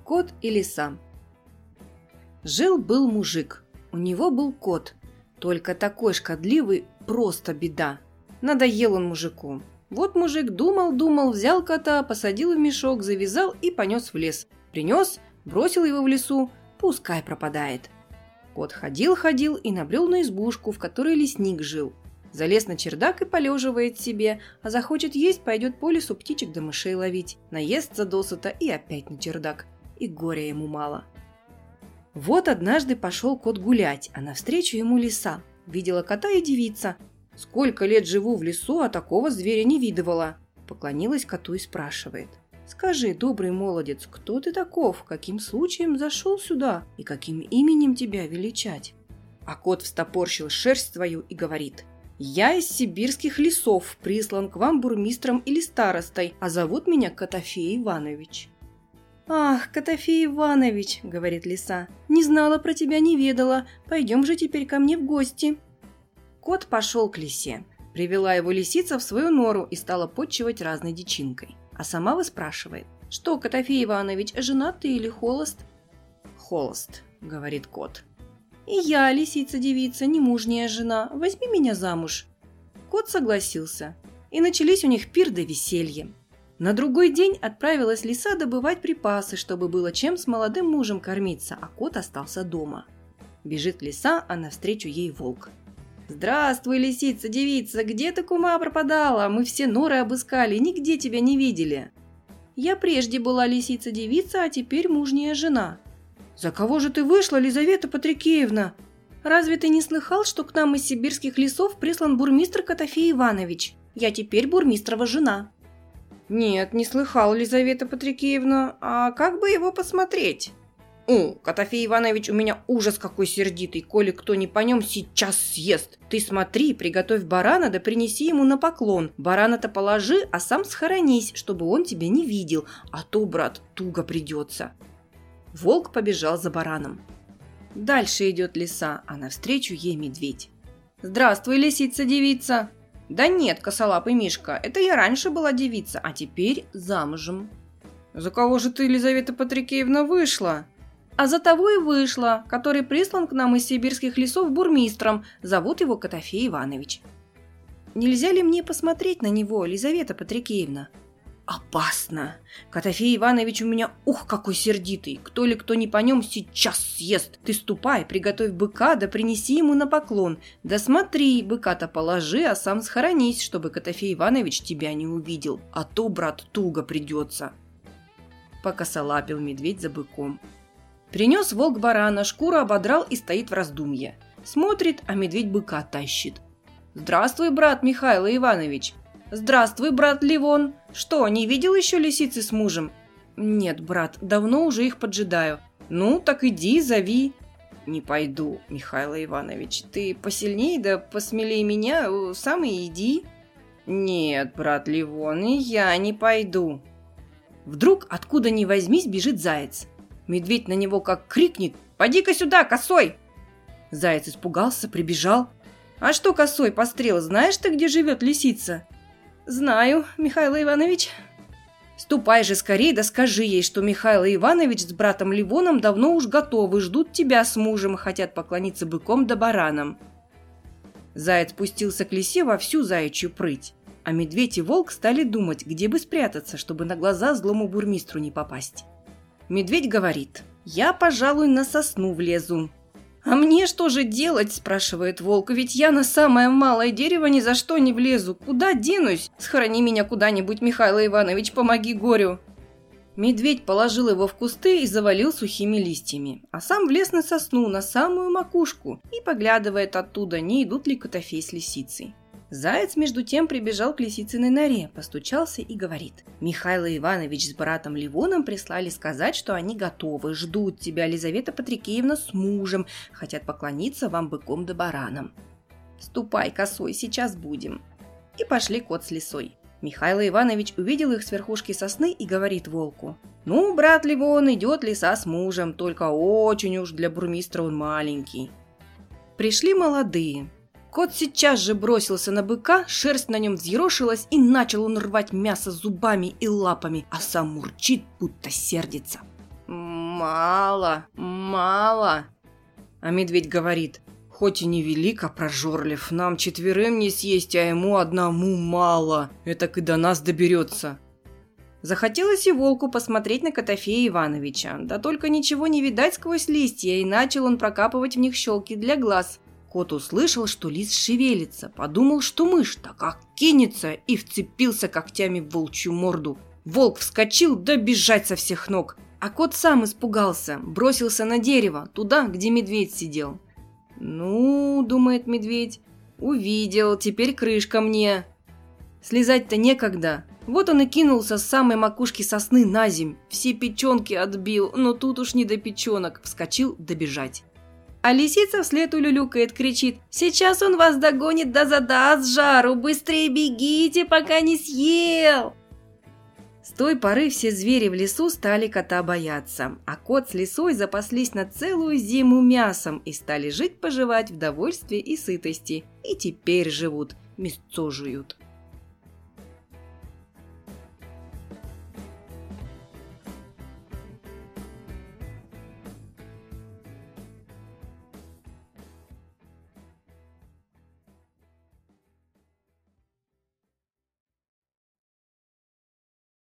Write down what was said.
Кот и лиса. Жил-был мужик, у него был кот, только такой шкодливый, просто беда. Надоел он мужику. Вот мужик думал, взял кота, посадил в мешок, завязал и понес в лес. Принес, бросил его в лесу, пускай пропадает. Кот ходил и набрел на избушку, в которой лесник жил. Залез на чердак и полеживает себе, а захочет есть, пойдет по лесу птичек да мышей ловить. Наестся досыта и опять на чердак. И горя ему мало. Вот однажды пошел кот гулять, а навстречу ему лиса. Видела кота и девица. «Сколько лет живу в лесу, а такого зверя не видывала». Поклонилась коту и спрашивает: «Скажи, добрый молодец, кто ты таков, каким случаем зашел сюда и каким именем тебя величать?» А кот встопорщил шерсть свою и говорит: «Я из сибирских лесов, прислан к вам бурмистром или старостой, а зовут меня Котофей Иванович». «Ах, Котофей Иванович, — говорит лиса, — не знала про тебя, не ведала, пойдем же теперь ко мне в гости». Кот пошел к лисе. Привела его лисица в свою нору и стала подчивать разной дичинкой. А сама выспрашивает: «Что, Котофей Иванович, женат ты или холост?» «Холост, — говорит кот». «И я, лисица-девица, немужняя жена, возьми меня замуж». Кот согласился, и начались у них пир да веселье. На другой день отправилась лиса добывать припасы, чтобы было чем с молодым мужем кормиться, а кот остался дома. Бежит лиса, а навстречу ей волк. «Здравствуй, лисица-девица, где ты, кума, пропадала? Мы все норы обыскали, нигде тебя не видели». «Я прежде была лисица-девица, а теперь мужняя жена». «За кого же ты вышла, Лизавета Патрикеевна? Разве ты не слыхал, что к нам из сибирских лесов прислан бурмистр Котофей Иванович? Я теперь бурмистрова жена». «Нет, не слыхал, Лизавета Патрикеевна. А как бы его посмотреть?» Котофей Иванович у меня ужас какой сердитый, коли кто не по нем сейчас съест. Ты смотри, приготовь барана да принеси ему на поклон. Барана-то положи, а сам схоронись, чтобы он тебя не видел, а то, брат, туго придется». Волк побежал за бараном. Дальше идет лиса, а навстречу ей медведь. «Здравствуй, лисица-девица». «Да нет, косолапый Мишка, это я раньше была девица, а теперь замужем». «За кого же ты, Лизавета Патрикеевна, вышла?» «А за того и вышла, который прислан к нам из сибирских лесов бурмистром, зовут его Котофей Иванович». «Нельзя ли мне посмотреть на него, Лизавета Патрикеевна?» «Опасно! Котофей Иванович у меня, какой сердитый! Кто ли кто не по нем сейчас съест! Ты ступай, приготовь быка, да принеси ему на поклон. Да смотри, быка-то положи, а сам схоронись, чтобы Котофей Иванович тебя не увидел. А то, брат, туго придется». Покосолапил медведь за быком. Принес волк барана, шкуру ободрал и стоит в раздумье. Смотрит, а медведь быка тащит. «Здравствуй, брат Михаил Иванович!» «Здравствуй, брат Ливон! Что, не видел еще лисицы с мужем?» «Нет, брат, давно уже их поджидаю». «Ну, так иди, зови». «Не пойду, Михаил Иванович. Ты посильнее да посмелее меня, сам и иди». «Нет, брат Ливон, и я не пойду». Вдруг, откуда ни возьмись, бежит заяц. Медведь на него как крикнет: «Поди-ка сюда, косой!» Заяц испугался, прибежал. «А что, косой, пострел, знаешь ты, где живет лисица?» «Знаю, Михаил Иванович». «Ступай же скорей, да скажи ей, что Михаил Иванович с братом Ливоном давно уж готовы, ждут тебя с мужем, хотят поклониться быком да баранам». Заяц пустился к лисе во всю заячью прыть, а медведь и волк стали думать, где бы спрятаться, чтобы на глаза злому бурмистру не попасть. Медведь говорит: «Я, пожалуй, на сосну влезу». «А мне что же делать?» – спрашивает волк. «Ведь я на самое малое дерево ни за что не влезу. Куда денусь? Схорони меня куда-нибудь, Михаил Иванович, помоги горю». Медведь положил его в кусты и завалил сухими листьями, а сам влез на сосну, на самую макушку, и поглядывает оттуда, не идут ли Котофей с лисицей. Заяц, между тем, прибежал к лисициной норе, постучался и говорит: «Михаил Иванович с братом Ливоном прислали сказать, что они готовы, ждут тебя, Лизавета Патрикеевна, с мужем, хотят поклониться вам быком да баранам». «Ступай, косой, сейчас будем». И пошли кот с лисой. Михаил Иванович увидел их с верхушки сосны и говорит волку: «Ну, брат Ливон, идет лиса с мужем, только очень уж для бурмистра он маленький». Пришли молодые. Кот сейчас же бросился на быка, шерсть на нем взъерошилась, и начал он рвать мясо зубами и лапами, а сам мурчит, будто сердится. мало, мало. А медведь говорит: хоть и не велик, а прожорлив, нам 4 не съесть, а ему одному мало, этак и до нас доберется. Захотелось и волку посмотреть на Котофея Ивановича, да только ничего не видать сквозь листья, и начал он прокапывать в них щелки для глаз. Кот услышал, что лист шевелится, подумал, что мышь, так как кинется, и вцепился когтями в волчью морду. Волк вскочил, да бежать со всех ног, а кот сам испугался, бросился на дерево, туда, где медведь сидел. «Ну, — думает медведь, — увидел, теперь крышка мне. Слезать-то некогда». Вот он и кинулся с самой макушки сосны на земь, все печенки отбил, но тут уж не до печенок, вскочил добежать. А лисица вслед улюлюкает, кричит: «Сейчас он вас догонит да задаст жару, быстрее бегите, пока не съел!» С той поры все звери в лесу стали кота бояться, а кот с лисой запаслись на целую зиму мясом и стали жить-поживать в довольстве и сытости, и теперь живут, мясцо жуют.